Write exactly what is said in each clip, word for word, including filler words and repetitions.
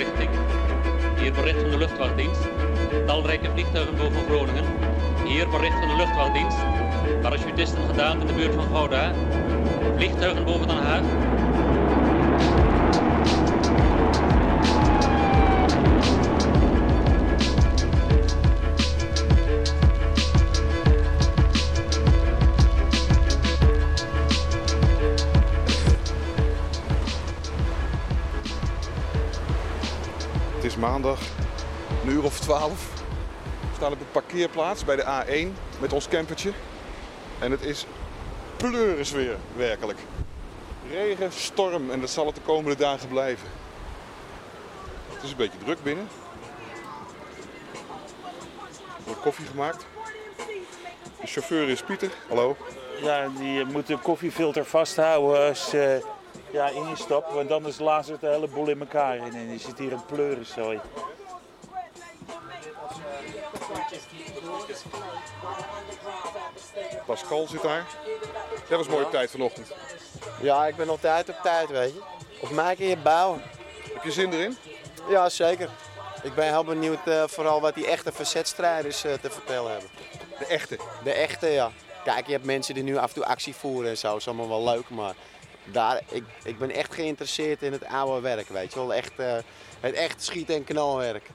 berichting. Hier bericht van de luchtwachtdienst. Talrijke vliegtuigen boven Groningen. Hier bericht van de luchtwachtdienst. Parachutisten gedaan in de buurt van Gouda. Vliegtuigen boven Den Haag. Het is maandag, een uur of twaalf. We staan op een parkeerplaats bij de A één met ons campertje. En het is pleurisweer, werkelijk. Regen, storm en dat zal het de komende dagen blijven. Het is een beetje druk binnen. Er wordt koffie gemaakt. De chauffeur is Pieter. Hallo. Ja, die moet de koffiefilter vasthouden als je ja, instapt, want anders lazert de hele boel in elkaar in en je zit hier een pleurenzooi. Pascal zit daar. Dat was een mooie tijd vanochtend. Ja, ik ben altijd op tijd, weet je. Of mij kun je bouwen. Heb je zin erin? Ja, zeker. Ik ben heel benieuwd uh, vooral wat die echte verzetstrijders uh, te vertellen hebben. De echte? De echte, ja. Kijk, je hebt mensen die nu af en toe actie voeren en zo. Dat is allemaal wel leuk, maar daar, ik, ik ben echt geïnteresseerd in het oude werk, weet je wel. Echt, uh, het echt schieten- en knalwerk.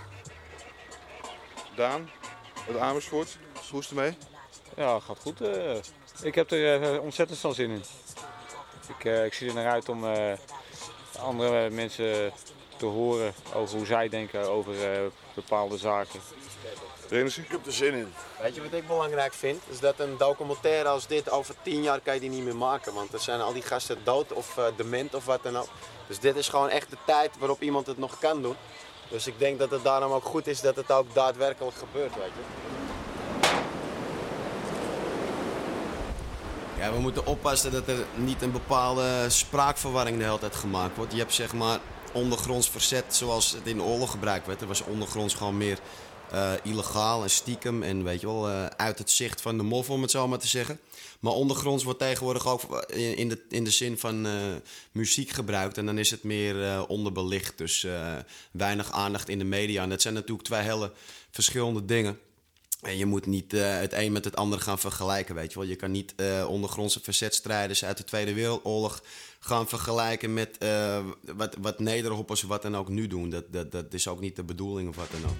Daan, uit Amersfoort. Hoe is het ermee? Ja, gaat goed. Uh, ik heb er uh, ontzettend veel zin in. Ik, uh, ik zie er naar uit om uh, andere mensen te horen over hoe zij denken over uh, bepaalde zaken. Renesse? Ik heb er zin in. Weet je wat ik belangrijk vind? Is dat een documentaire als dit over tien jaar kan je die niet meer maken. Want er zijn al die gasten dood of uh, dement of wat dan ook. Dus dit is gewoon echt de tijd waarop iemand het nog kan doen. Dus ik denk dat het daarom ook goed is dat het ook daadwerkelijk gebeurt, weet je. Ja, we moeten oppassen dat er niet een bepaalde spraakverwarring de hele tijd gemaakt wordt. Je hebt zeg maar ondergronds verzet zoals het in de oorlog gebruikt werd. Er was ondergronds gewoon meer uh, illegaal en stiekem en weet je wel, uh, uit het zicht van de mof, om het zo maar te zeggen. Maar ondergronds wordt tegenwoordig ook in, in, de, in de zin van uh, muziek gebruikt en dan is het meer uh, onderbelicht. Dus uh, weinig aandacht in de media. En dat zijn natuurlijk twee hele verschillende dingen. En je moet niet uh, het een met het ander gaan vergelijken, weet je wel. Je kan niet uh, ondergrondse verzetstrijders uit de Tweede Wereldoorlog gaan vergelijken met uh, wat, wat nederhoppers wat dan ook nu doen. Dat, dat, dat is ook niet de bedoeling of wat dan ook.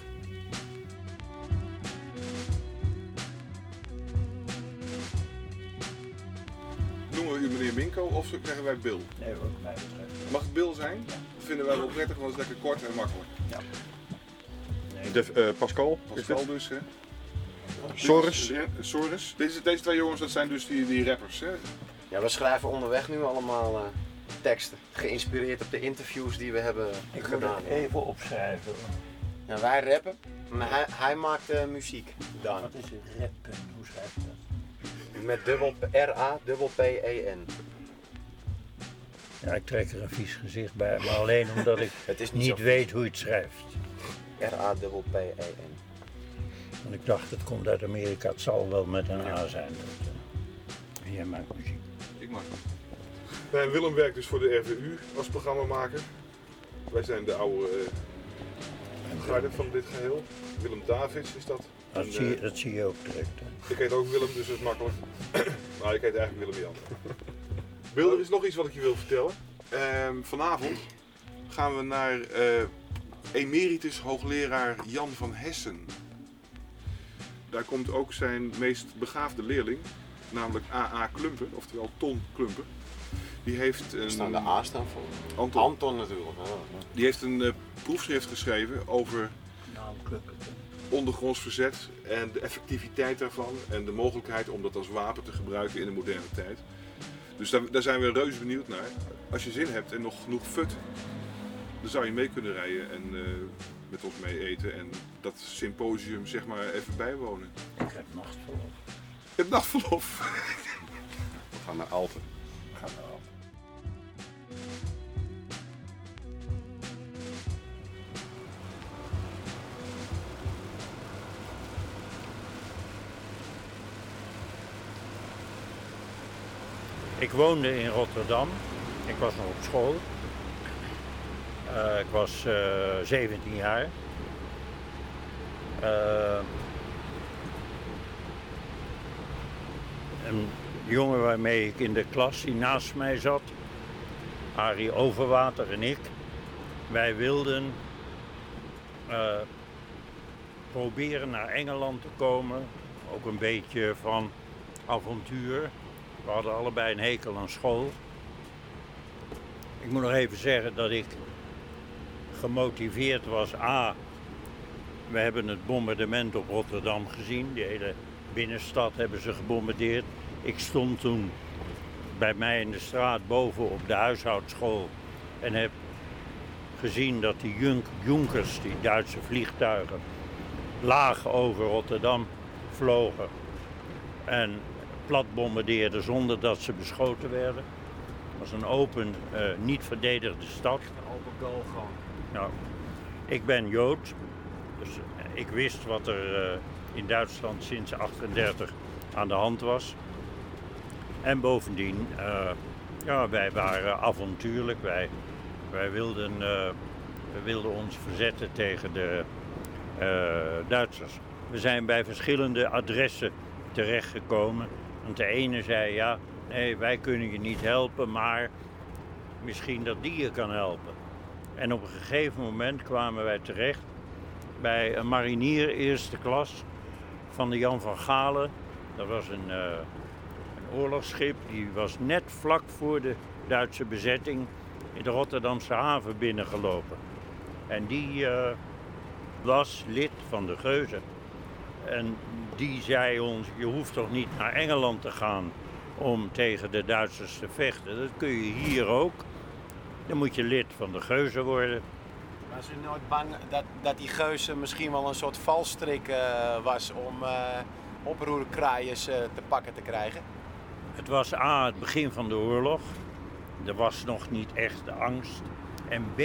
Noemen we u meneer Minko of zeggen wij Bill? Nee, ook mij betreft. Mag het Bill zijn? Dat vinden wij wel prettig, want het is lekker kort en makkelijk. Ja. Nee. De, uh, Pascal, Pascal dus, hè? Soros. Soros. Deze, deze twee jongens, dat zijn dus die, die rappers, hè? Ja, we schrijven onderweg nu allemaal uh, teksten. Geïnspireerd op de interviews die we hebben Ik gedaan. moet het even opschrijven. Ja, wij rappen, maar hij, hij maakt uh, muziek. Dan. Wat is het rappen? Hoe schrijf je dat? Met dubbel R A dubbel P E N. Ja, ik trek er een vies gezicht bij, maar alleen omdat ik Het is niet niet zo weet hoe je het schrijft. R A dubbel P E N. Want ik dacht, het komt uit Amerika, het zal wel met een A zijn. Dat, uh, jij maakt muziek. Ik mag. Nee, Willem werkt dus voor de R V U als programmamaker. Wij zijn de oude uh, garde van dit geheel. Willem Davids is dat. Dat, en, zie, je, uh, dat zie je ook direct. Hè. Ik heet ook Willem, dus dat is makkelijk. Maar ik heet eigenlijk Willem Jan. Wil, er is nog iets wat ik je wil vertellen. Uh, vanavond gaan we naar uh, emeritus hoogleraar Jan van Hessen. Daar komt ook zijn meest begaafde leerling, namelijk A A Klumpen, oftewel Ton Klumpen. Die heeft een... Staan de A staan voor? Anton. Anton natuurlijk. Ja. Die heeft een uh, proefschrift geschreven over Nou, klukken. ondergronds verzet en de effectiviteit daarvan en de mogelijkheid om dat als wapen te gebruiken in de moderne tijd. Dus daar, daar zijn we reuze benieuwd naar. Als je zin hebt en nog genoeg fut, dan zou je mee kunnen rijden en uh, met ons mee eten en dat symposium zeg maar even bijwonen. Ik heb nachtverlof. Je hebt nachtverlof. We gaan naar Alten. We gaan naar Alten. Ik woonde in Rotterdam. Ik was nog op school. Uh, ik was uh, zeventien jaar. Uh, een jongen waarmee ik in de klas, die naast mij zat, Arie Overwater en ik, wij wilden uh, proberen naar Engeland te komen. Ook een beetje van avontuur. We hadden allebei een hekel aan school. Ik moet nog even zeggen dat ik gemotiveerd was. A, we hebben het bombardement op Rotterdam gezien. Die hele binnenstad hebben ze gebombardeerd. Ik stond toen bij mij in de straat boven op de huishoudschool en heb gezien dat die junk, Junkers, die Duitse vliegtuigen, laag over Rotterdam vlogen en plat bombardeerden zonder dat ze beschoten werden. Het was een open, uh, niet verdedigde stad. Een open goal gewoon. Nou, ik ben Jood, dus ik wist wat er uh, in Duitsland sinds achtendertig aan de hand was. En bovendien, uh, ja, wij waren avontuurlijk. Wij, wij wilden, uh, we wilden ons verzetten tegen de uh, Duitsers. We zijn bij verschillende adressen terechtgekomen. Want de ene zei, ja, nee, wij kunnen je niet helpen, maar misschien dat die je kan helpen. En op een gegeven moment kwamen wij terecht bij een marinier eerste klas van de Jan van Galen. Dat was een, uh, een oorlogsschip, die was net vlak voor de Duitse bezetting in de Rotterdamse haven binnengelopen. En die uh, was lid van de Geuzen. En die zei ons, je hoeft toch niet naar Engeland te gaan om tegen de Duitsers te vechten. Dat kun je hier ook. Dan moet je lid van de Geuzen worden. Was u nooit bang dat, dat die Geuzen misschien wel een soort valstrik uh, was om uh, oproerkraaiers uh, te pakken te krijgen? Het was A, het begin van de oorlog. Er was nog niet echt de angst. En B,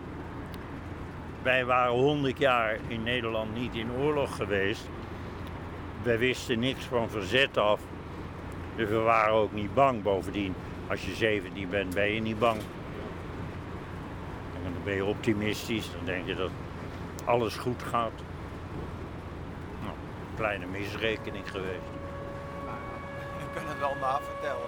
wij waren honderd jaar in Nederland niet in oorlog geweest. Wij wisten niks van verzet af. Dus we waren ook niet bang. Bovendien, als je zeventien bent, ben je niet bang. En dan ben je optimistisch. Dan denk je dat alles goed gaat. Nou, een kleine misrekening geweest. Nou, je kunt het wel navertellen.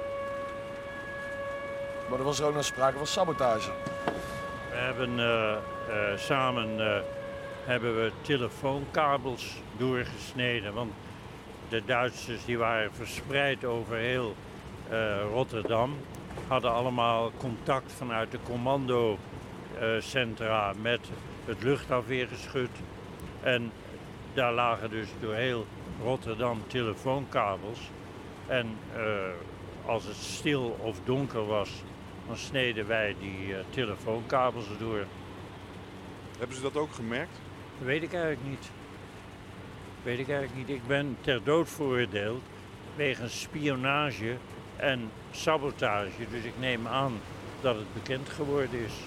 Maar er was er ook nog sprake van sabotage. We hebben uh, uh, samen uh, hebben we telefoonkabels doorgesneden. Want de Duitsers die waren verspreid over heel uh, Rotterdam. Hadden allemaal contact vanuit de commandocentra uh, met het luchtafweergeschut. En daar lagen dus door heel Rotterdam telefoonkabels. En uh, als het stil of donker was, dan sneden wij die uh, telefoonkabels door. Hebben ze dat ook gemerkt? Dat weet ik eigenlijk niet. Weet ik eigenlijk niet. Ik ben ter dood veroordeeld wegens spionage en sabotage. Dus ik neem aan dat het bekend geworden is.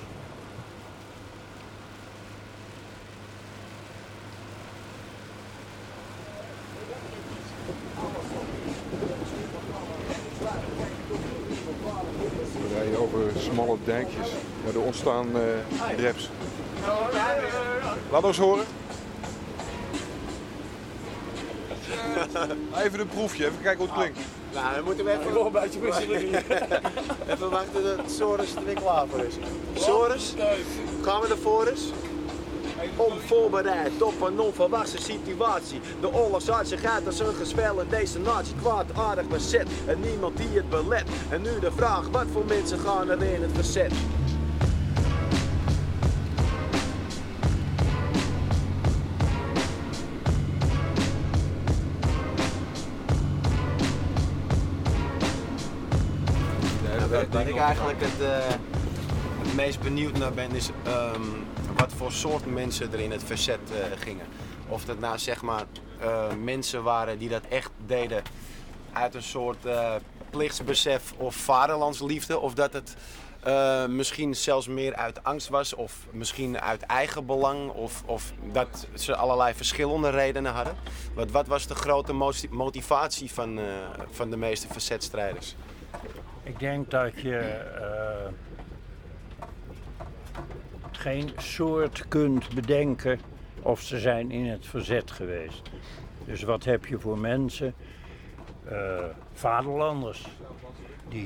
We rijden over smalle dijkjes. Ja, er ontstaan uh, reps. Laat ons horen. Even een proefje, even kijken hoe het klinkt. Nou, dan moeten we even nog een beetje misselijk. Even wachten dat Soros er weer klaar voor is. Soros, gaan we ervoor eens? Onvoorbereid op een onverwachte situatie. De oorlogsartsen gaat als een gespel in deze natie. Kwaadaardig bezet en niemand die het belet. En nu de vraag, wat voor mensen gaan er in het verzet? Waar ik eigenlijk het, uh, het meest benieuwd naar ben is um, wat voor soort mensen er in het verzet uh, gingen. Of dat nou zeg maar uh, mensen waren die dat echt deden uit een soort uh, plichtsbesef of vaderlandsliefde. Of dat het uh, misschien zelfs meer uit angst was of misschien uit eigen belang. Of, of dat ze allerlei verschillende redenen hadden. Wat, wat was de grote motivatie van, uh, van de meeste verzetstrijders? Ik denk dat je uh, het geen soort kunt bedenken of ze zijn in het verzet geweest. Dus wat heb je voor mensen? Uh, vaderlanders die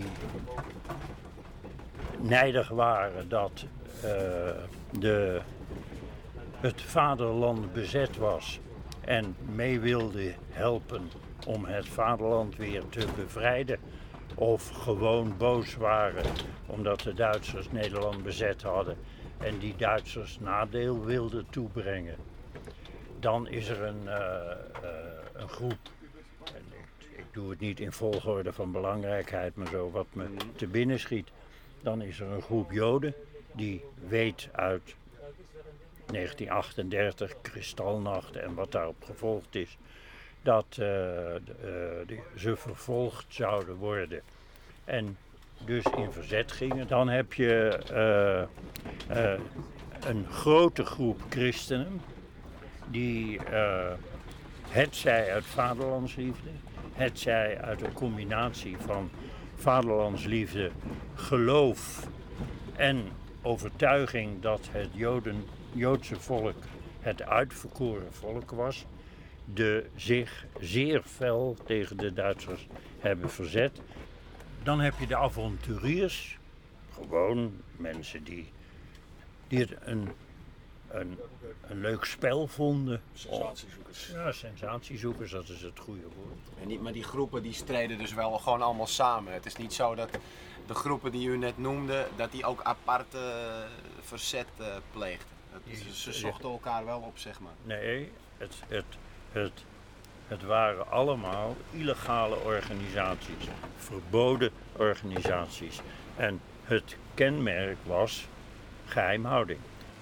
nijdig waren dat uh, de, het vaderland bezet was en mee wilden helpen om het vaderland weer te bevrijden. Of gewoon boos waren omdat de Duitsers Nederland bezet hadden en die Duitsers nadeel wilden toebrengen. Dan is er een, uh, uh, een groep, en ik, ik doe het niet in volgorde van belangrijkheid, maar zo wat me te binnen schiet. Dan is er een groep Joden die weet uit negentien achtendertig, Kristalnacht en wat daarop gevolgd is, dat uh, de, uh, die, ze vervolgd zouden worden en dus in verzet gingen. Dan heb je uh, uh, een grote groep christenen die uh, hetzij uit vaderlandsliefde, hetzij uit een combinatie van vaderlandsliefde, geloof en overtuiging dat het Joden, Joodse volk het uitverkoren volk was, de zich zeer fel tegen de Duitsers hebben verzet. Dan heb je de avonturiers, gewoon mensen die, die het een, een, een leuk spel vonden. Sensatiezoekers. Ja, sensatiezoekers, dat is het goede woord. En die, maar die groepen die streden dus wel gewoon allemaal samen. Het is niet zo dat de groepen die u net noemde, dat die ook aparte uh, verzet uh, pleegden. Dat, ze zochten elkaar wel op, zeg maar. Nee, het, het, het, het waren allemaal illegale organisaties, verboden organisaties. En het kenmerk was geheimhouding.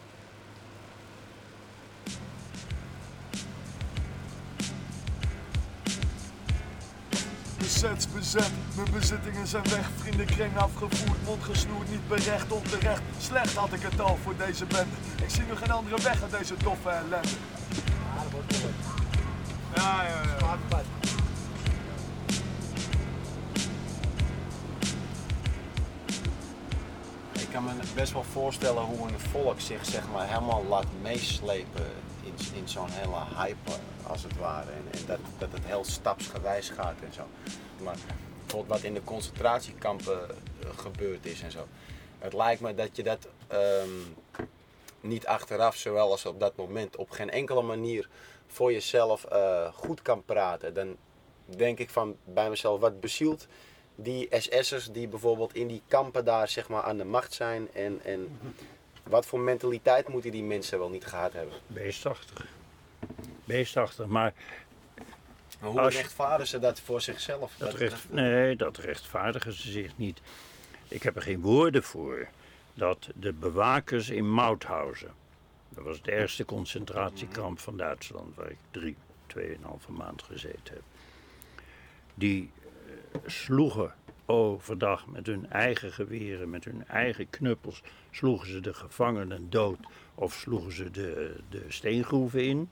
Bezet, bezet, mijn bezittingen zijn weg, vriendenkring afgevoerd, mond gesnoerd, niet berecht, onterecht. Slecht had ik het al voor deze bende. Ik zie nu geen andere weg uit deze doffe ellende. Ja, dat wordt mooi. Ja, ja, ja. Ik kan me best wel voorstellen hoe een volk zich, zeg maar, helemaal laat meeslepen in, in zo'n hele hype, als het ware. En, en dat, dat het heel stapsgewijs gaat en zo. Maar bijvoorbeeld wat in de concentratiekampen uh, gebeurd is en zo. Het lijkt me dat je dat um, niet achteraf, zowel als op dat moment, op geen enkele manier voor jezelf uh, goed kan praten. Dan denk ik van bij mezelf, wat bezielt die S S'ers die bijvoorbeeld in die kampen daar, zeg maar, aan de macht zijn en, en wat voor mentaliteit moeten die mensen wel niet gehad hebben? Beestachtig. Beestachtig, maar... Maar hoe als... rechtvaardigen ze dat voor zichzelf? Dat dat, recht... dat... Nee, dat rechtvaardigen ze zich niet. Ik heb er geen woorden voor dat de bewakers in Mauthausen, dat was het eerste concentratiekamp van Duitsland, waar ik drie, tweeënhalve maand gezeten heb, die uh, sloegen overdag met hun eigen geweren, met hun eigen knuppels, sloegen ze de gevangenen dood of sloegen ze de, de steengroeven in.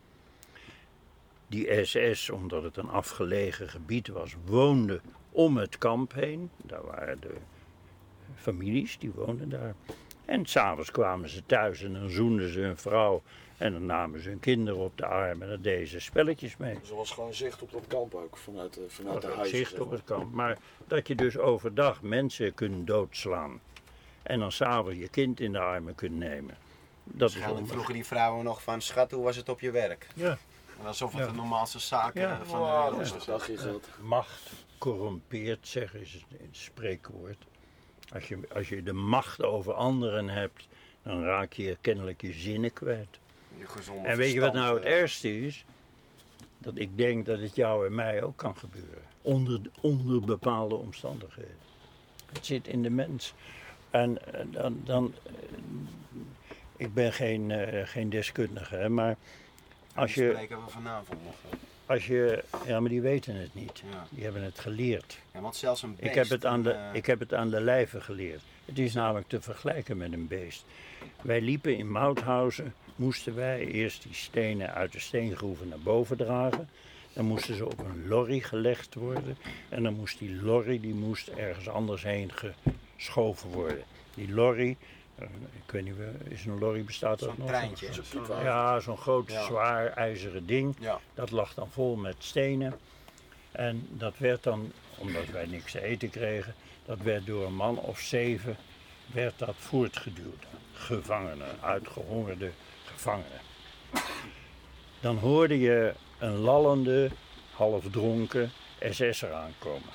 Die S S, omdat het een afgelegen gebied was, woonde om het kamp heen. Daar waren de families, die woonden daar. En s'avonds kwamen ze thuis en dan zoenden ze hun vrouw. En dan namen ze hun kinderen op de arm en dan deden ze spelletjes mee. Dus er was gewoon zicht op dat kamp ook, vanuit, uh, vanuit de Er was huizen. zicht op het kamp. Maar dat je dus overdag mensen kunt doodslaan. En dan s'avonds je kind in de armen kunt nemen. Dat is Waarschijnlijk vroegen die vrouwen nog van, schat, hoe was het op je werk? Ja. En alsof het Ja. de normaalste zaak Ja. uh, van Oh, de dat wereld is was. toch dagje geld. Macht corrompeert, zeggen is het spreekwoord. Als je, als je de macht over anderen hebt, dan raak je kennelijk je zinnen kwijt. Je gezonde En weet je wat verstand, nou het uh, ergste is? Dat ik denk dat het jou en mij ook kan gebeuren. Onder, onder bepaalde omstandigheden. Het zit in de mens. En uh, dan... dan uh, ik ben geen, uh, geen deskundige, hè, maar als die je... spreken we vanavond nog. Als je, ja, maar die weten het niet. Ja. Die hebben het geleerd. Ja, want zelfs een beest... Ik heb, het aan de, uh, ik heb het aan de lijve geleerd. Het is namelijk te vergelijken met een beest. Wij liepen in Mauthausen, moesten wij eerst die stenen uit de steengroeven naar boven dragen. Dan moesten ze op een lorry gelegd worden. En dan moest die lorry die moest ergens anders heen geschoven worden. Die lorry Ik weet niet, is een lorry bestaat dat Zo'n nog? treintje. Ja, zo'n groot, Ja. zwaar ijzeren ding. Ja. Dat lag dan vol met stenen. En dat werd dan, omdat wij niks te eten kregen, dat werd door een man of zeven werd dat voortgeduwd. Gevangenen, uitgehongerde gevangenen. Dan hoorde je een lallende, half dronken S S'er aankomen.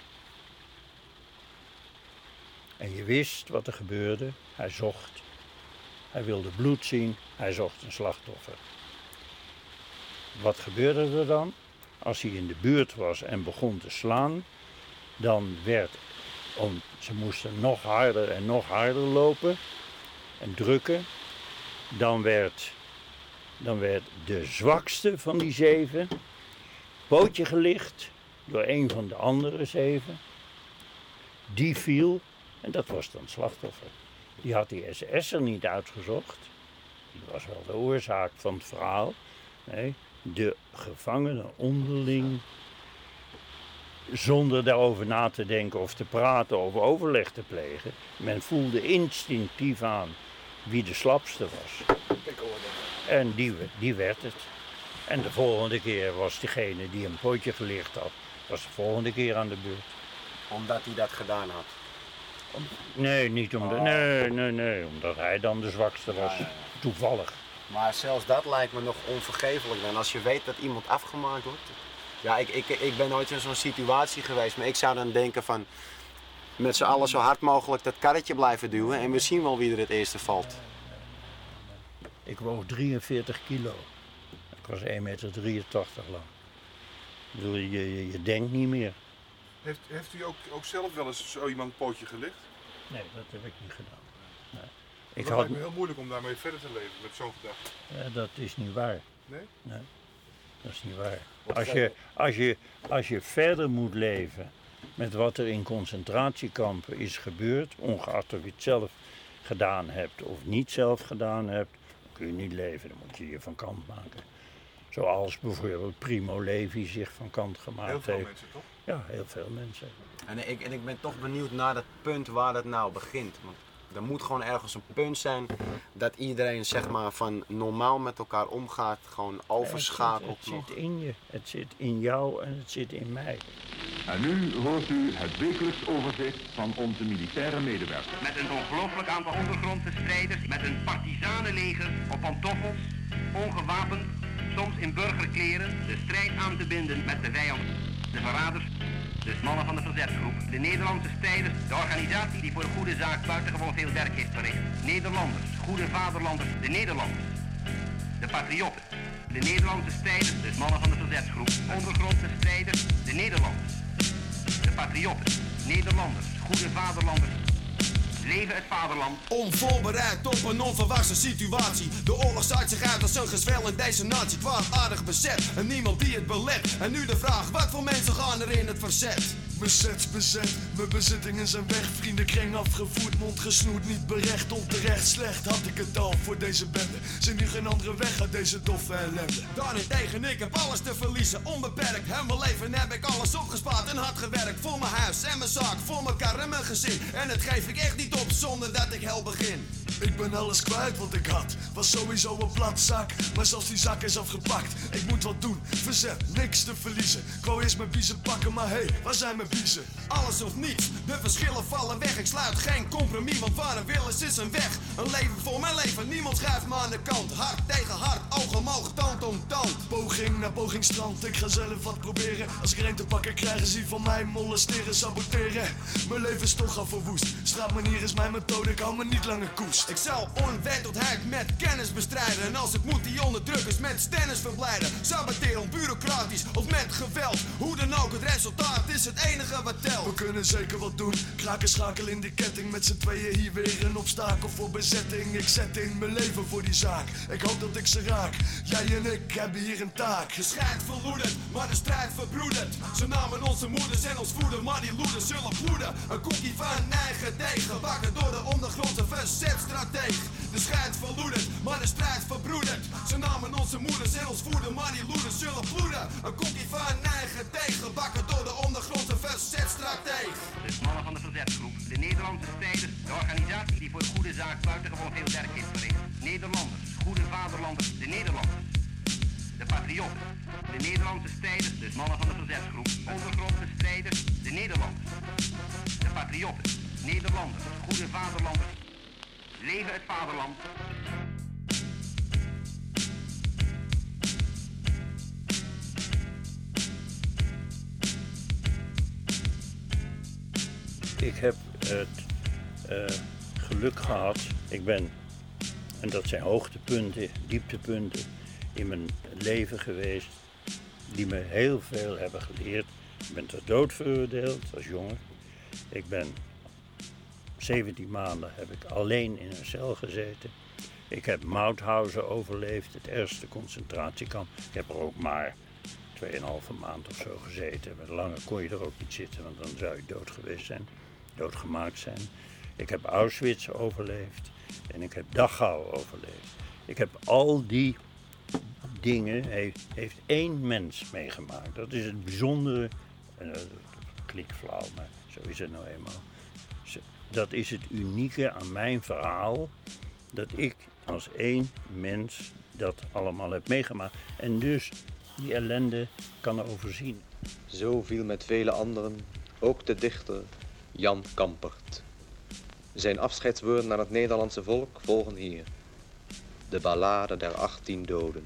En je wist wat er gebeurde. Hij zocht. Hij wilde bloed zien. Hij zocht een slachtoffer. Wat gebeurde er dan? Als hij in de buurt was en begon te slaan, dan werd, om, ze moesten nog harder en nog harder lopen en drukken. Dan werd, dan werd de zwakste van die zeven pootje gelicht door een van de andere zeven. Die viel en dat was dan het slachtoffer. Die had die S S'er niet uitgezocht. Die was wel de oorzaak van het verhaal. Nee, de gevangenen onderling, zonder daarover na te denken of te praten of overleg te plegen. Men voelde instinctief aan wie de slapste was. En die, die werd het. En de volgende keer was diegene die een pootje gelicht had, was de volgende keer aan de beurt. Omdat hij dat gedaan had. Nee, niet omdat, nee, nee, nee, omdat hij dan de zwakste was. Ja, ja, ja. Toevallig. Maar zelfs dat lijkt me nog onvergeeflijk dan. Als je weet dat iemand afgemaakt wordt. Ja, ik, ik, ik ben nooit in zo'n situatie geweest. Maar ik zou dan denken van, met z'n allen zo hard mogelijk dat karretje blijven duwen. En we zien wel wie er het eerste valt. Ik woog drieënveertig kilo. Ik was één komma drieëntachtig meter lang. Ik bedoel, je, je, je denkt niet meer. Heeft, heeft u ook, ook zelf wel eens zo iemand een pootje gelicht? Nee, dat heb ik niet gedaan. Nee. Ik Ik dat had, lijkt me heel moeilijk om daarmee verder te leven, met zo'n gedachte. ja, dat is niet waar. Nee? Nee, dat is niet waar. Als je, als, je, als je verder moet leven met wat er in concentratiekampen is gebeurd, ongeacht of je het zelf gedaan hebt of niet zelf gedaan hebt, dan kun je niet leven. Dan moet je je van kant maken. Zoals bijvoorbeeld Primo Levi zich van kant gemaakt Heel veel heeft. mensen, toch? Ja, heel veel mensen. En ik, en ik ben toch benieuwd naar dat punt waar dat nou begint. Want er moet gewoon ergens een punt zijn dat iedereen zeg maar van normaal met elkaar omgaat, gewoon overschakelt. Het zit, nog. het zit in je, het zit in jou en het zit in mij. En nu hoort u het wekelijks overzicht van onze militaire medewerkers. Met een ongelooflijk aantal ondergrondse strijders, met een partisanenleger op pantoffels, ongewapend, soms in burgerkleren, de strijd aan te binden met de vijand, de verraders, de mannen van de verzetsgroep, de Nederlandse strijders, de organisatie die voor de goede zaak buitengewoon veel werk heeft verricht. Nederlanders, goede vaderlanders, de Nederlanders, de patriotten, de Nederlandse strijders, de mannen van de verzetsgroep, ondergrondse strijders, de Nederlanders, de patriotten, Nederlanders, goede vaderlanders. Leven het vaderland. Onvoorbereid op een onverwachte situatie. De oorlog zaait zich uit als een gezwel in deze natie. Kwaadaardig bezet en niemand die het belet. En nu de vraag, wat voor mensen gaan er in het verzet? Bezet, bezet, mijn bezittingen zijn weg. Vriendenkring afgevoerd, mond gesnoerd, niet berecht, onterecht. Slecht had ik het al voor deze bende. Zie nu geen andere weg uit deze doffe ellende. Daarentegen, ik heb alles te verliezen, onbeperkt. En mijn leven heb ik alles opgespaard en hard gewerkt. Voor mijn huis en mijn zaak, voor elkaar en mijn gezin. En het geef ik echt niet op zonder dat ik hel begin. Ik ben alles kwijt wat ik had, was sowieso een plat zak. Maar zelfs die zak is afgepakt, ik moet wat doen, verzet, niks te verliezen. Ik wou eerst mijn biezen pakken, maar hé, hey, waar zijn mijn biezen? Alles of niets, de verschillen vallen weg. Ik sluit geen compromis, want waar een wil is, is een weg. Een leven voor mijn leven, niemand schuift me aan de kant. Hart tegen hart, oog om oog, tand om tand. Poging naar pogingstrand, ik ga zelf wat proberen. Als ik er een te pakken krijg, is die van mij molesteren, saboteren. Mijn leven is toch al verwoest, straatmanier is mijn methode, ik hou me niet langer koest. Ik zal onwetendheid met kennis bestrijden. En als het moet die onderdrukkers met stennis verblijden. Saboteren bureaucratisch of met geweld. Hoe dan ook, het resultaat is het enige wat telt. We kunnen zeker wat doen, kraken schakel in de ketting. Met z'n tweeën hier weer een obstakel voor bezetting. Ik zet in mijn leven voor die zaak, ik hoop dat ik ze raak. Jij en ik hebben hier een taak. De strijd verloederd, maar de strijd verbroedert. Ze namen onze moeders en ons voeden, maar die loeders zullen bloeden. Een koekie van eigen deeg, gebakken door de ondergrondse verzetstrateeg. De strijd verloederd, maar de strijd verbroedert. Ze namen onze moeders en ons voeden, maar die loeders zullen bloeden. Een koekie van eigen deeg, gebakken door de ondergrondse verzetstrateeg. De mannen van de verzetsgroep, de Nederlandse strijders, de organisatie die voor de goede zaak buitengewoon Nederlanders, goede vaderlanders, de Nederlanders. De patriotten, de Nederlandse strijders, dus mannen van de verzetsgroep. Ondergrondse strijders, de Nederlanders. De patriotten, Nederlanders, goede vaderlanders. Leven het vaderland. Ik heb het uh, geluk gehad, ik ben, en dat zijn hoogtepunten, dieptepunten in mijn leven geweest, die me heel veel hebben geleerd. Ik ben ter dood veroordeeld als jongen. Ik ben zeventien maanden heb ik alleen in een cel gezeten. Ik heb Mauthausen overleefd, het ergste concentratiekamp. Ik heb er ook maar tweeënhalve maand of zo gezeten. Langer kon je er ook niet zitten, want dan zou je dood geweest zijn, doodgemaakt zijn. Ik heb Auschwitz overleefd en ik heb Dachau overleefd. Ik heb al die dingen, heeft, heeft één mens meegemaakt. Dat is het bijzondere, en dat klinkt flauw, maar zo is het nou eenmaal. Dat is het unieke aan mijn verhaal, dat ik als één mens dat allemaal heb meegemaakt. En dus die ellende kan overzien. Zo viel met vele anderen ook de dichter Jan Kampert. Zijn afscheidswoorden aan het Nederlandse volk volgen hier. De ballade der achttien doden.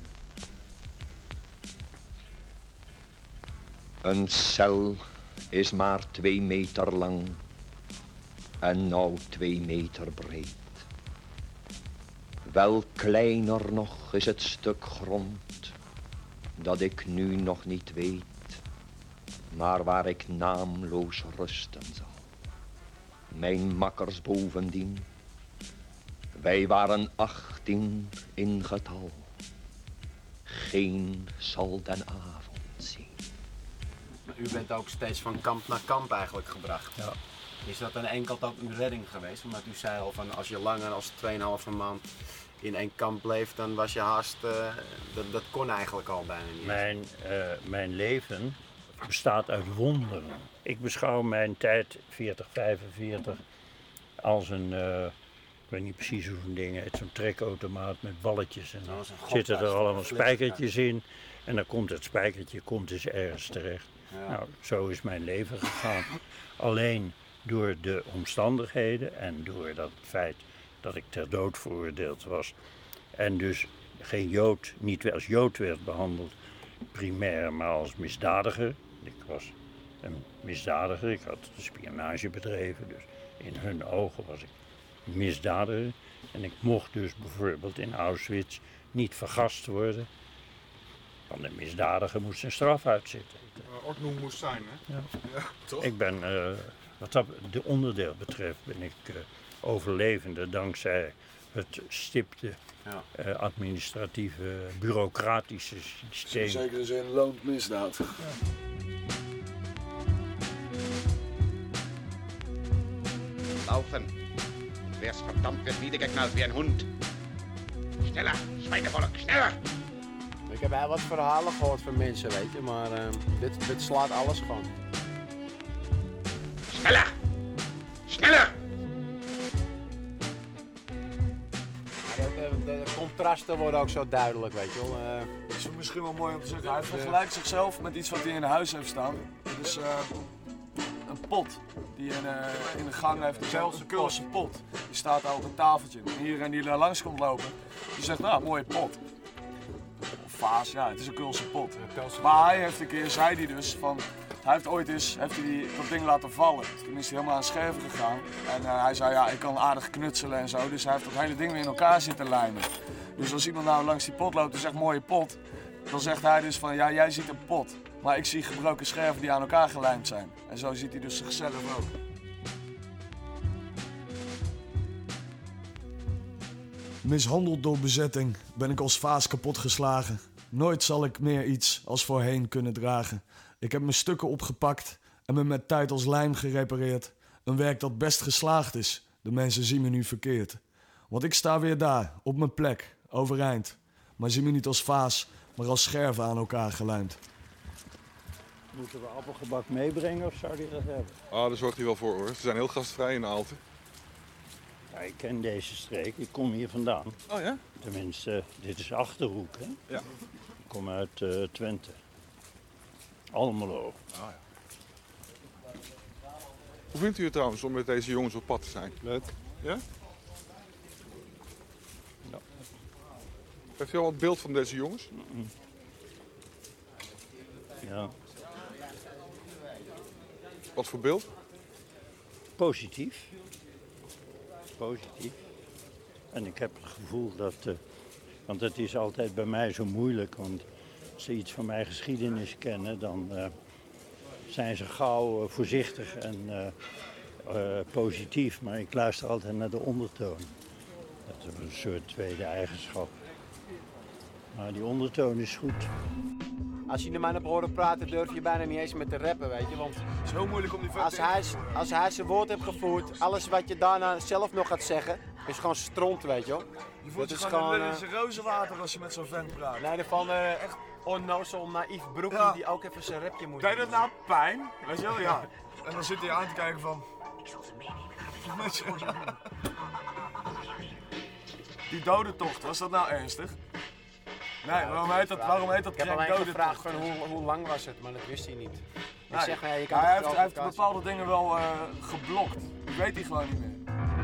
Een cel is maar twee meter lang en nou twee meter breed. Wel kleiner nog is het stuk grond dat ik nu nog niet weet, maar waar ik naamloos rusten zal. Mijn makkers bovendien, wij waren achttien in getal. Geen zal den avond zien. U bent ook steeds van kamp naar kamp eigenlijk gebracht. Ja. Is dat een enkel ook uw redding geweest? Omdat u zei al van als je langer dan tweeënhalve maand in één kamp bleef, dan was je haast, uh, dat, dat kon eigenlijk al bijna niet. Mijn, uh, mijn leven bestaat uit wonderen. Ik beschouw mijn tijd veertig, vijfenveertig als een, uh, ik weet niet precies hoe zo'n ding heet, zo'n trekautomaat met balletjes. En dan zitten er allemaal spijkertjes in en dan komt het spijkertje komt dus ergens terecht. Ja. Nou, zo is mijn leven gegaan. Alleen door de omstandigheden en door dat feit dat ik ter dood veroordeeld was en dus geen Jood, niet als Jood werd behandeld, primair, maar als misdadiger. Ik was een misdadiger, ik had spionage bedreven, dus in hun ogen was ik misdadiger. En ik mocht dus bijvoorbeeld in Auschwitz niet vergast worden, want een misdadiger moest zijn straf uitzitten. Uh, Ordnung moest zijn, hè? Ja. Ja, toch? Ik ben, uh, wat dat de onderdeel betreft, ben ik uh, overlevende dankzij het stipte ja. uh, administratieve, bureaucratische systeem. In zekere zin loont misdaad. Ja. Laufen. Du wirst verdammt wird niedergeknallt wie ein Hund. Schneller, Schweinevolk, schneller! Ik heb wel wat verhalen gehoord van mensen, weet je, maar uh, dit, dit slaat alles gewoon. Sneller! Sneller! De, de, de contrasten worden ook zo duidelijk, weet je wel. Uh, Het is misschien wel mooi om te zeggen, hij vergelijkt zichzelf met iets wat hij in huis heeft staan. Dat is uh, een pot die in, uh, in de gang heeft, een Keulse pot. Die staat daar op een tafeltje. En iedereen die er langs komt lopen, die zegt, nou, mooie pot. Of vaas, ja, het is een Keulse pot. Maar hij heeft een keer, zei hij dus, van, hij heeft ooit eens heeft hij die, dat ding laten vallen. Toen is hij helemaal aan scherven gegaan. En uh, hij zei, ja, ik kan aardig knutselen en zo. Dus hij heeft dat hele ding weer in elkaar zitten lijmen. Dus als iemand nou langs die pot loopt en zegt, mooie pot. Dan zegt hij dus van, ja, jij ziet een pot. Maar ik zie gebroken scherven die aan elkaar gelijmd zijn. En zo ziet hij dus zichzelf ook. Mishandeld door bezetting ben ik als vaas kapot geslagen. Nooit zal ik meer iets als voorheen kunnen dragen. Ik heb mijn stukken opgepakt en me met tijd als lijm gerepareerd. Een werk dat best geslaagd is. De mensen zien me nu verkeerd. Want ik sta weer daar, op mijn plek, overeind. Maar zie me niet als vaas, maar als scherven aan elkaar gelijmd. Moeten we appelgebak meebrengen of zou die dat hebben? Ah, daar zorgt hij wel voor hoor. Ze zijn heel gastvrij in Aalten. Ja, ik ken deze streek, ik kom hier vandaan. Oh ja? Tenminste, dit is Achterhoek, hè? Ja. Ik kom uit uh, Twente. Almelo. Oh, ja. Hoe vindt u het trouwens om met deze jongens op pad te zijn? Leuk. Ja? Ja. Heeft u al wat beeld van deze jongens? Mm-mm. Ja. Wat voor beeld? Positief. Positief. En ik heb het gevoel dat... Uh, want het is altijd bij mij zo moeilijk. Want als ze iets van mijn geschiedenis kennen, dan uh, zijn ze gauw uh, voorzichtig en uh, uh, positief. Maar ik luister altijd naar de ondertoon. Dat is een soort tweede eigenschap. Maar die ondertoon is goed. Als je de man hebt horen praten, durf je bijna niet eens met te rappen, weet je. Want het is heel moeilijk om die als hij, als hij zijn woord heeft gevoerd, alles wat je daarna zelf nog gaat zeggen, is gewoon stront, weet je wel. Je voelt dat je is gewoon gewoon in uh, rozenwater als je met zo'n vent praat. Nee, ervan uh, echt onnozel, naïef broekje ja. die ook even zijn rapje moet doen. Deed dat nou pijn? Weet je wel, ja. En dan zit hij aan te kijken van... Die dodentocht, was dat nou ernstig? Nee, waarom heet dat, waarom heet dat Ik heb alleen gevraagd van hoe, hoe lang was het, maar dat wist hij niet. Nee. Ik zeg, nee, je kan hij heeft, hij heeft bepaalde dingen wel uh, geblokt. Die weet hij gewoon niet meer.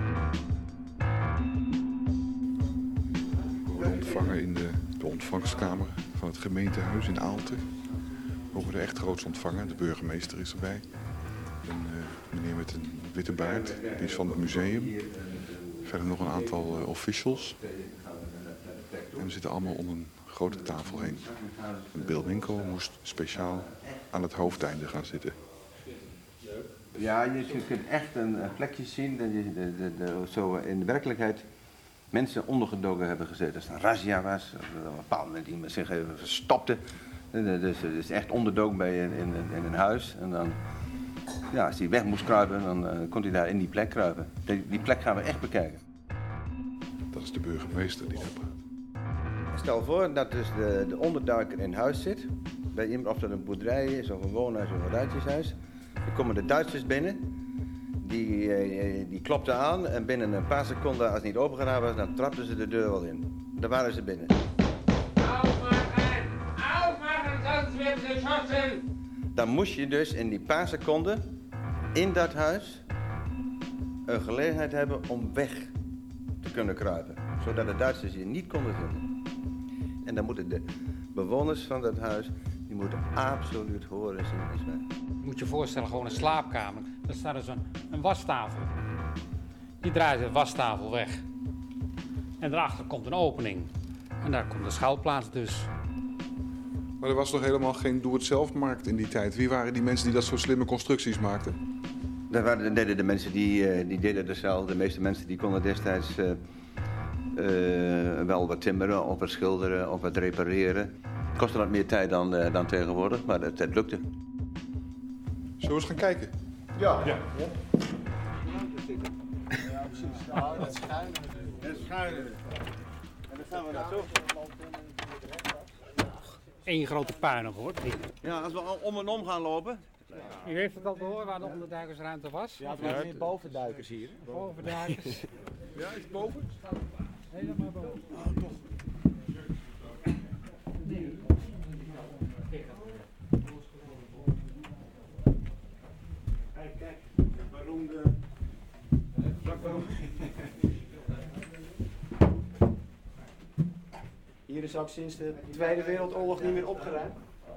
We ontvangen in de, de ontvangstkamer van het gemeentehuis in Aalten. We worden echt groots ontvangen. De burgemeester is erbij. Een uh, meneer met een witte baard, die is van het museum. Verder nog een aantal uh, officials. En we zitten allemaal om een grote tafel heen. En Bill Winkel moest speciaal aan het hoofdeinde gaan zitten. Ja, je kunt echt een, een plekje zien dat je de, de, de, zo in de werkelijkheid mensen ondergedoken hebben gezeten. Als het een razzia was, of op een bepaald moment iemand zich even verstopte. Dus het is echt onderdoken bij in, in, in een huis. En dan, ja, als hij weg moest kruipen, dan uh, kon hij daar in die plek kruipen. Die, die plek gaan we echt bekijken. Dat is de burgemeester die dat praat. Stel voor dat dus de, de onderduiker in huis zit, bij iemand, of dat een boerderij is, of een woonhuis, of een ruitjeshuis. Dan komen de Duitsers binnen, die, die klopten aan en binnen een paar seconden, als het niet open gedaan was, dan trapten ze de deur wel in. Daar waren ze binnen. Aufmachen! Aufmachen, sonst wird geschossen! Dan moest je dus in die paar seconden in dat huis een gelegenheid hebben om weg te kunnen kruipen, zodat de Duitsers je niet konden vinden. En dan moeten de bewoners van dat huis, die moeten absoluut horen, zien en zwijgen. Je moet je voorstellen, gewoon een slaapkamer. Daar staat dus een, een wastafel. Die draait de wastafel weg. En daarachter komt een opening. En daar komt de schuilplaats dus. Maar er was toch helemaal geen doe-het-zelf-markt in die tijd? Wie waren die mensen die dat soort slimme constructies maakten? Dat waren de, de mensen die, die deden het zelf. De meeste mensen die konden destijds uh, uh, wel wat timmeren of wat schilderen of wat repareren. Het kostte wat meer tijd dan, uh, dan tegenwoordig, maar het, het lukte. Zullen we eens gaan kijken? Ja. Ja, ja. Ja, precies. Ja, dat schuinen. Dat schuinen. En dan gaan we naartoe. Eén grote puinhoop hoor. Ja, als we om en om gaan lopen. U heeft het al gehoord waar de onderduikersruimte was? Ja, we hebben meer bovenduikers hier. Bovenduikers. Ja, is het boven? Helemaal boven. Ah, toch. Kijk, kijk, het beroemde... Hier is ook sinds de Tweede Wereldoorlog niet meer opgeruimd.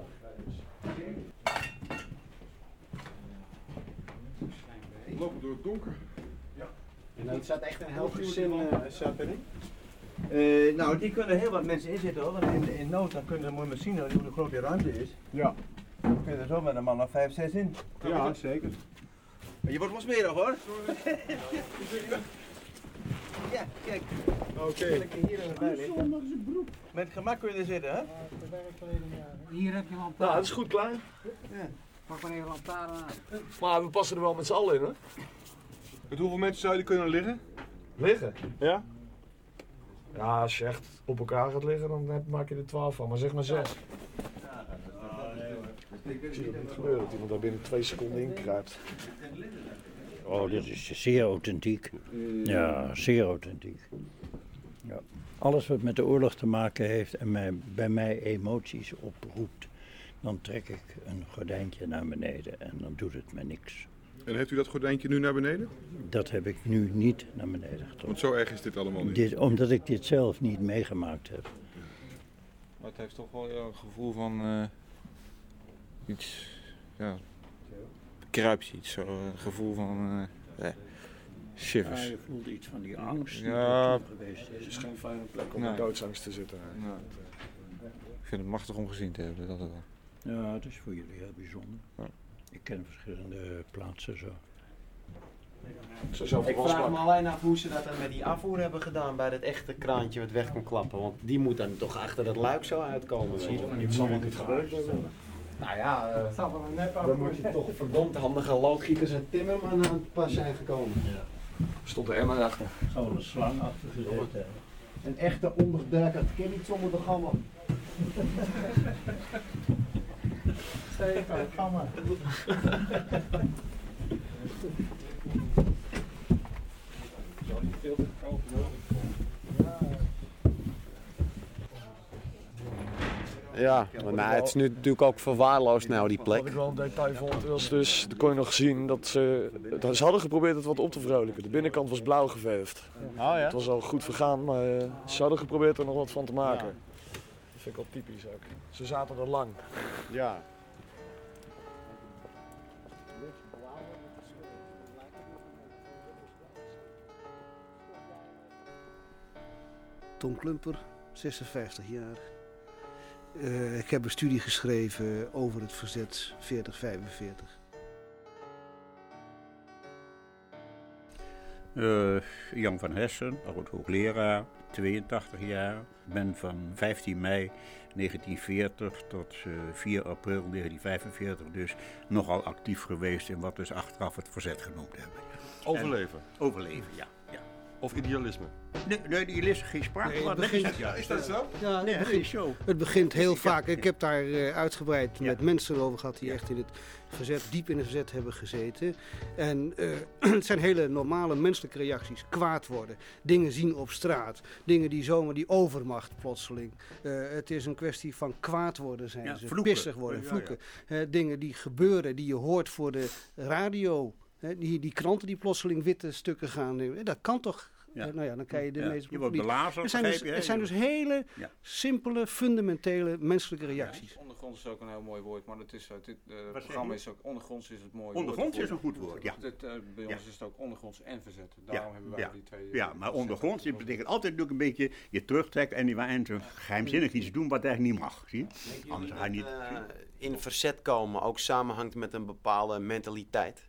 We lopen door het donker. Ja. En dan zat echt een heel gezin uh, zat erin. Uh, nou, die kunnen heel wat mensen inzitten hoor. Want in, in nood dan kunnen, moet je maar zien hoe groot die ruimte is. Ja. Dan kun je er zo met een man of vijf, zes in. Ja, zeker. Je wordt wel smerig hoor. Ja, kijk. Oké. Okay. Hier erbij liggen. Met gemak kun je er zitten, hè? Hier heb je lantaarn. Nou, het is goed klein. Ja. Pak maar even lantaarn aan. Maar we passen er wel met z'n allen in, hoor. Met hoeveel mensen zou je kunnen liggen? Liggen? Ja. Ja, als je echt op elkaar gaat liggen, dan maak je er twaalf van. Maar zeg maar zes. Ik zie dat niet gebeuren, dat iemand daar binnen twee seconden in kruipt. Oh, dit is zeer authentiek. Ja, zeer authentiek. Ja. Alles wat met de oorlog te maken heeft en mij, bij mij emoties oproept, dan trek ik een gordijntje naar beneden en dan doet het me niks. En heeft u dat gordijntje nu naar beneden? Dat heb ik nu niet naar beneden getrokken. Want zo erg is dit allemaal niet. Dit, omdat ik dit zelf niet meegemaakt heb. Maar het heeft toch wel ja, een gevoel van uh, iets, ja, kruips iets, zo, een gevoel van uh, eh, shivers. Ja, je voelt iets van die angst die ja, er toen geweest is. Het is geen fijne plek om nee. in doodsangst te zitten. Nee. Ik vind het machtig om gezien te hebben, dat wel. Ja, het is voor jullie heel bijzonder. Ja. Ik ken verschillende plaatsen zo. Ik vraag me alleen af hoe ze dat dan met die afvoer hebben gedaan bij dat echte kraantje wat weg kan klappen. Want die moet dan toch achter dat luik zo uitkomen. Zie je? Het zal wel niet gebeurd zijn. Nou ja, uh, dan moet je toch verdomd handige loodgieters en timmerman aan het pas zijn gekomen. Ja. Stond er emmer achter. Zou een slang achter gezeten hebben. Een echte onderduiker kan niet zonder de gammel. Zeker, ga maar. Ja, maar nou, het is nu natuurlijk ook verwaarloosd nou die Wat plek. ik wel een detail vond was dus, dan kon je nog zien dat ze, dat ze hadden geprobeerd het wat op te vrolijken. De binnenkant was blauw geverfd. Oh ja? Het was al goed vergaan, maar uh, ze hadden geprobeerd er nog wat van te maken. Ja. Dat vind ik wel typisch ook. Ze zaten er lang. Ja. Tom Klumper, zesenvijftig jaar. Uh, ik heb een studie geschreven over het verzet veertig vijfenveertig. Uh, Jan van Hessen, oud-hoogleraar, tweeëntachtig jaar. Ik ben van vijftien mei negentien veertig tot uh, vier april negentien vijfenveertig dus nogal actief geweest in wat dus achteraf het verzet genoemd hebben. Overleven? En, overleven, ja. ja. Of idealisme? Nee, nee idealisme, geen sprake nee, van. Begint, is, ja. is dat zo? Ja, nee, het, begint, zo. Het begint heel vaak. Ik heb daar uh, uitgebreid ja. met mensen over gehad die ja. echt in het verzet, diep in het verzet hebben gezeten. En uh, het zijn hele normale menselijke reacties. Kwaad worden, dingen zien op straat, dingen die zomaar die overmacht plotseling. Uh, het is een kwestie van kwaad worden zijn ja, ze, vloeken. pissig worden, ja, vloeken. Ja. Uh, dingen die gebeuren, die je hoort voor de radio. Uh, die, die kranten die plotseling witte stukken gaan. Uh, dat kan toch... Ja. Uh, nou ja, dan kan je de ja, meest... Je wordt belazerd, er zijn dus, je, er zijn dus hele ja. simpele, fundamentele menselijke reacties. Ja, ondergronds is ook een heel mooi woord, maar het, is, het, uh, het programma is ook ondergronds is het mooi ondergronds woord. is een goed woord, ja. Het, uh, bij ons ja. is het ook ondergronds en verzet. Daarom ja. hebben wij ja. die twee... Uh, ja, maar ondergronds betekent altijd natuurlijk een beetje je terugtrekken en die en zo geheimzinnig iets doen wat eigenlijk niet mag. Zie je? Je Anders ga je niet... Uh, in verzet komen ook samenhangt met een bepaalde mentaliteit.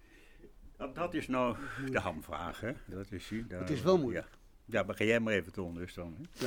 Dat, dat is nou de hamvraag, hè. Dat is, daar, het is wel moeilijk. Ja. Ja, maar ga jij maar even tonen dus dan. Hè? Ja.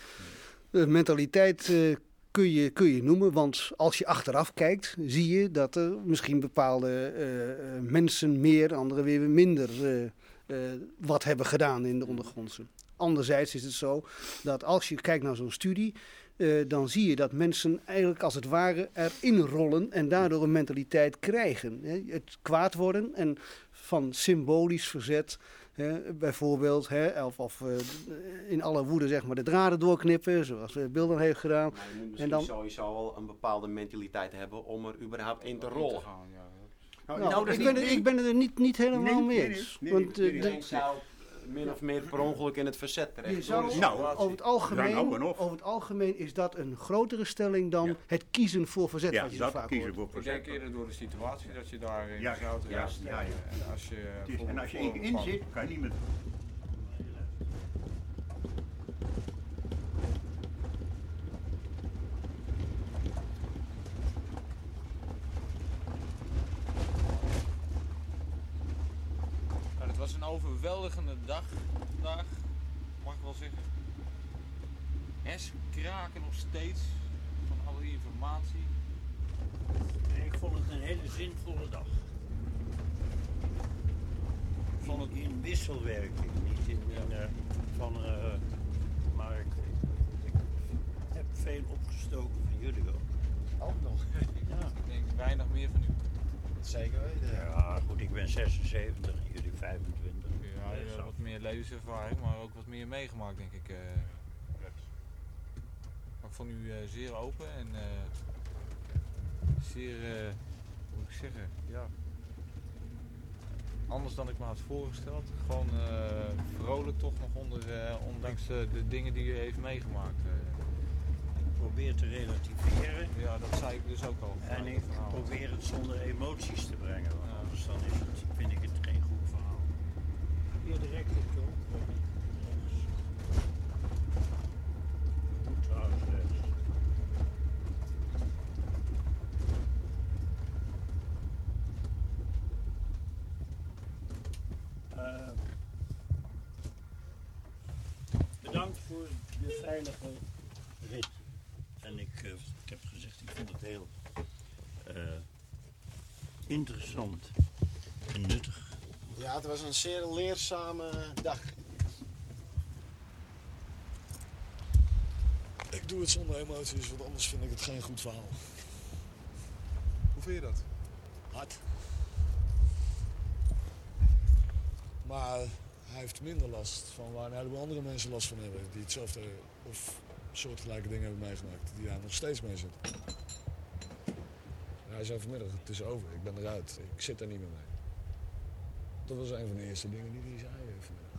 De mentaliteit uh, kun, je, kun je noemen, want als je achteraf kijkt, zie je dat er misschien bepaalde uh, mensen meer, anderen weer minder uh, uh, wat hebben gedaan in de ondergrondse. Anderzijds is het zo dat als je kijkt naar zo'n studie, uh, dan zie je dat mensen eigenlijk als het ware erin rollen en daardoor een mentaliteit krijgen. Hè? Het kwaad worden en van symbolisch verzet. He, bijvoorbeeld, he, of, of uh, in alle woede zeg maar de draden doorknippen, zoals uh, Bilder heeft gedaan. Maar je moet misschien en dan sowieso wel een bepaalde mentaliteit hebben om er überhaupt in te rollen. Te gaan, ja. Nou, nou, nou, ik, ben er, ik ben het er niet, niet helemaal nee, mee eens. Nee, nee, want nee, uh, nee, de, zou min of meer per ongeluk in het verzet terecht. Je zou, nou, over, het algemeen, over het algemeen is dat een grotere stelling dan ja. het kiezen voor verzet. Ja, wat je dat zo vaak kiezen hoort. voor verzet. Ik denk eerder door de situatie dat je daarin ja, zou ja, ja, ja. En als je, is, en als je in zit, kan je niet meer... Het was een overweldigende dag vandaag, mag ik wel zeggen. Hersen kraken nog steeds van alle informatie. Ik vond het een hele zinvolle dag. Van het in wisselwerking, niet in, in uh, van, uh, maar ik, ik heb veel opgestoken van jullie ook. Ook nog? Ja. Ik denk weinig meer van u. dat zeker weten. Ja, goed, ik ben zesenzeventig, jullie vijfentwintig. Ja, je hebt wat meer levenservaring, maar ook wat meer meegemaakt, denk ik. Uh. Maar ik vond u uh, zeer open en uh, zeer, uh, hoe moet ik zeggen, ja, anders dan ik me had voorgesteld. Gewoon uh, vrolijk toch nog onder, uh, ondanks de, de dingen die u heeft meegemaakt. Uh. Probeer te relativeren. Ja, dat zei ik dus ook al. En ik probeer het zonder emoties te brengen, want ja. Anders dan is het, vind ik het geen goed verhaal. Hier direct op de hoek. Goed trouwens rechts. Uh, bedankt voor de veilige rit. En ik, uh, ik heb gezegd, ik vond het heel uh, interessant en nuttig. Ja, het was een zeer leerzame dag. Ik doe het zonder emoties, want anders vind ik het geen goed verhaal. Hoe vind je dat? Hard. Maar hij heeft minder last van waar een heleboel andere mensen last van hebben. Die hetzelfde of soortgelijke dingen hebben meegemaakt. Die daar nog steeds mee zitten. En hij zei vanmiddag, het is over, ik ben eruit. Ik zit er niet meer mee. Dat was een van de eerste dingen die hij zei vanmiddag.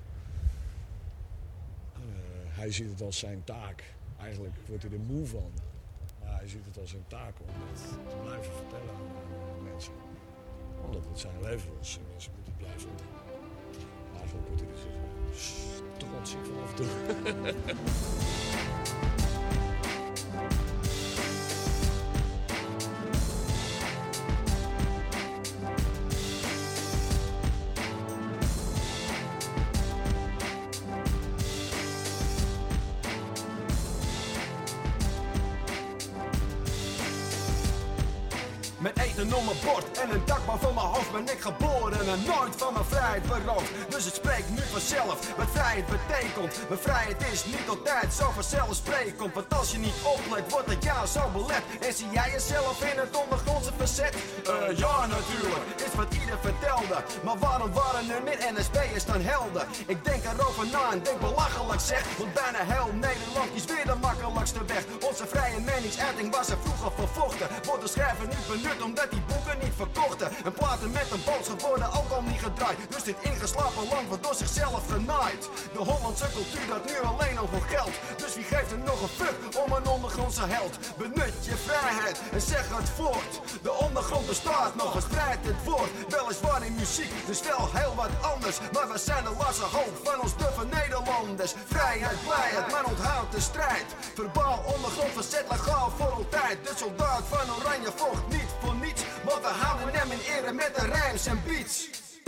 En, uh, hij ziet het als zijn taak. Eigenlijk wordt hij er moe van. Maar hij ziet het als zijn taak om het te blijven vertellen aan mensen. Omdat het zijn leven was. En mensen moeten het blijven doen. Eigenlijk wordt hij er toch ontziek van af en toe. Met eten op mijn bord en een dak boven mijn hoofd ben ik geboren en nooit van mijn vrijheid beroofd. Dus het spreekt nu vanzelf wat vrijheid betekent. Mijn vrijheid is niet altijd zo vanzelfsprekend. Want als je niet oplet, wordt het jou zo belet. En zie jij jezelf in het ondergrondse verzet? Uh, ja natuurlijk, is wat ieder vertelde. Maar waarom waren er meer N S B'ers dan helden? Ik denk erover na en denk belachelijk zeg. Want bijna heel Nederland kiest weer de makkelijkste weg. Onze vrije meningsuiting was er vroeger vervochten. Wordt de schrijver nu benut omdat die boeken niet verkochten. En platen met een boodschap worden ook al niet gedraaid. Dus dit ingeslapen land wordt door zichzelf genaaid. De Hollandse cultuur dat nu alleen al voor geld. Dus wie geeft er nog een fuck om een ondergrondse held? Benut je vrijheid en zeg het voort. De ondergrond bestaat nog, verspreid het woord. Weliswaar in muziek, dus wel heel wat anders. Maar we zijn de laatste hoop van ons duffe Nederlanders. Vrijheid, blijheid, maar onthoud de strijd. Verbaal ondergrond verzet legaal voor altijd. De soldaat van Oranje vocht niet voor niets. Want we houden hem in ere met de rijms en beats.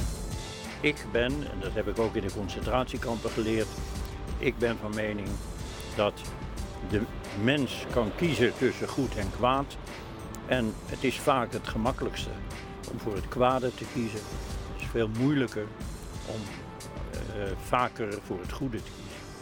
Ik ben, en dat heb ik ook in de concentratiekampen geleerd, ik ben van mening dat de mens kan kiezen tussen goed en kwaad. En het is vaak het gemakkelijkste om voor het kwade te kiezen. Het is veel moeilijker om uh, vaker voor het goede te kiezen.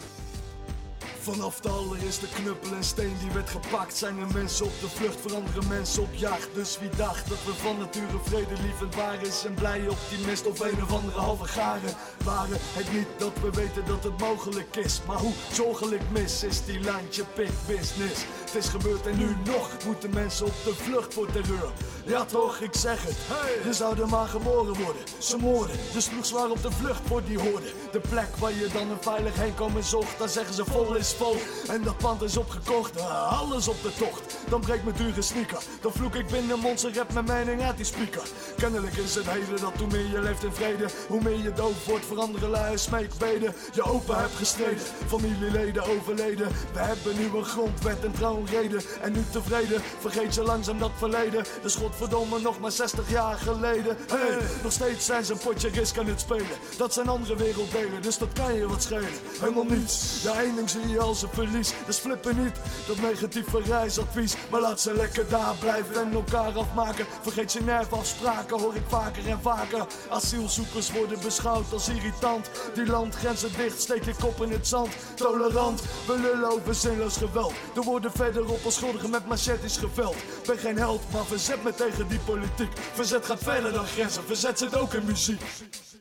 Vanaf de allereerste knuppel en steen die werd gepakt, zijn er mensen op de vlucht, veranderen mensen op jacht. Dus wie dacht dat we van nature vredelievend waren, is een blije optimist of een of andere halve garen waren. Het niet dat we weten dat het mogelijk is, maar hoe zorgelijk mis is die lijntje pik business. Het is gebeurd en nu nog moeten mensen op de vlucht voor terreur. Ja toch, ik zeg het, hey. Je zou er maar geboren worden. Ze moorden, de sloeg zwaar op de vlucht voor die hoorde. De plek waar je dan een veilig heen komen zocht, dan zeggen ze vol is vol. En dat pand is opgekocht, alles op de tocht. Dan breekt mijn dure sneaker, dan vloek ik binnen mond, ze rap mijn mening uit die speaker. Kennelijk is het hele dat hoe meer je leeft in vrede, hoe meer je doof wordt voor andere lui smeekbeden. Je open hebt gestreden, familieleden overleden. We hebben nu een grondwet en trouwreden. En nu tevreden, vergeet je langzaam dat verleden. De schot verdomme nog maar zestig jaar geleden. Hey, nog steeds zijn ze een potje risk aan het spelen. Dat zijn andere werelddelen, dus dat kan je wat schelen. Helemaal niets, ja één ding zie je als een verlies. Dus flippen niet, dat negatieve reisadvies. Maar laat ze lekker daar blijven en elkaar afmaken. Vergeet Genève afspraken, hoor ik vaker en vaker. Asielzoekers worden beschouwd als irritant. Die landgrenzen dicht, steek je kop in het zand. Tolerant, we lullen over zinloos geweld. Er worden verder op onschuldigen met machetes geveld. Ben geen held, maar verzet me tegen die politiek. Verzet gaat verder dan grenzen, verzet zit ook in muziek.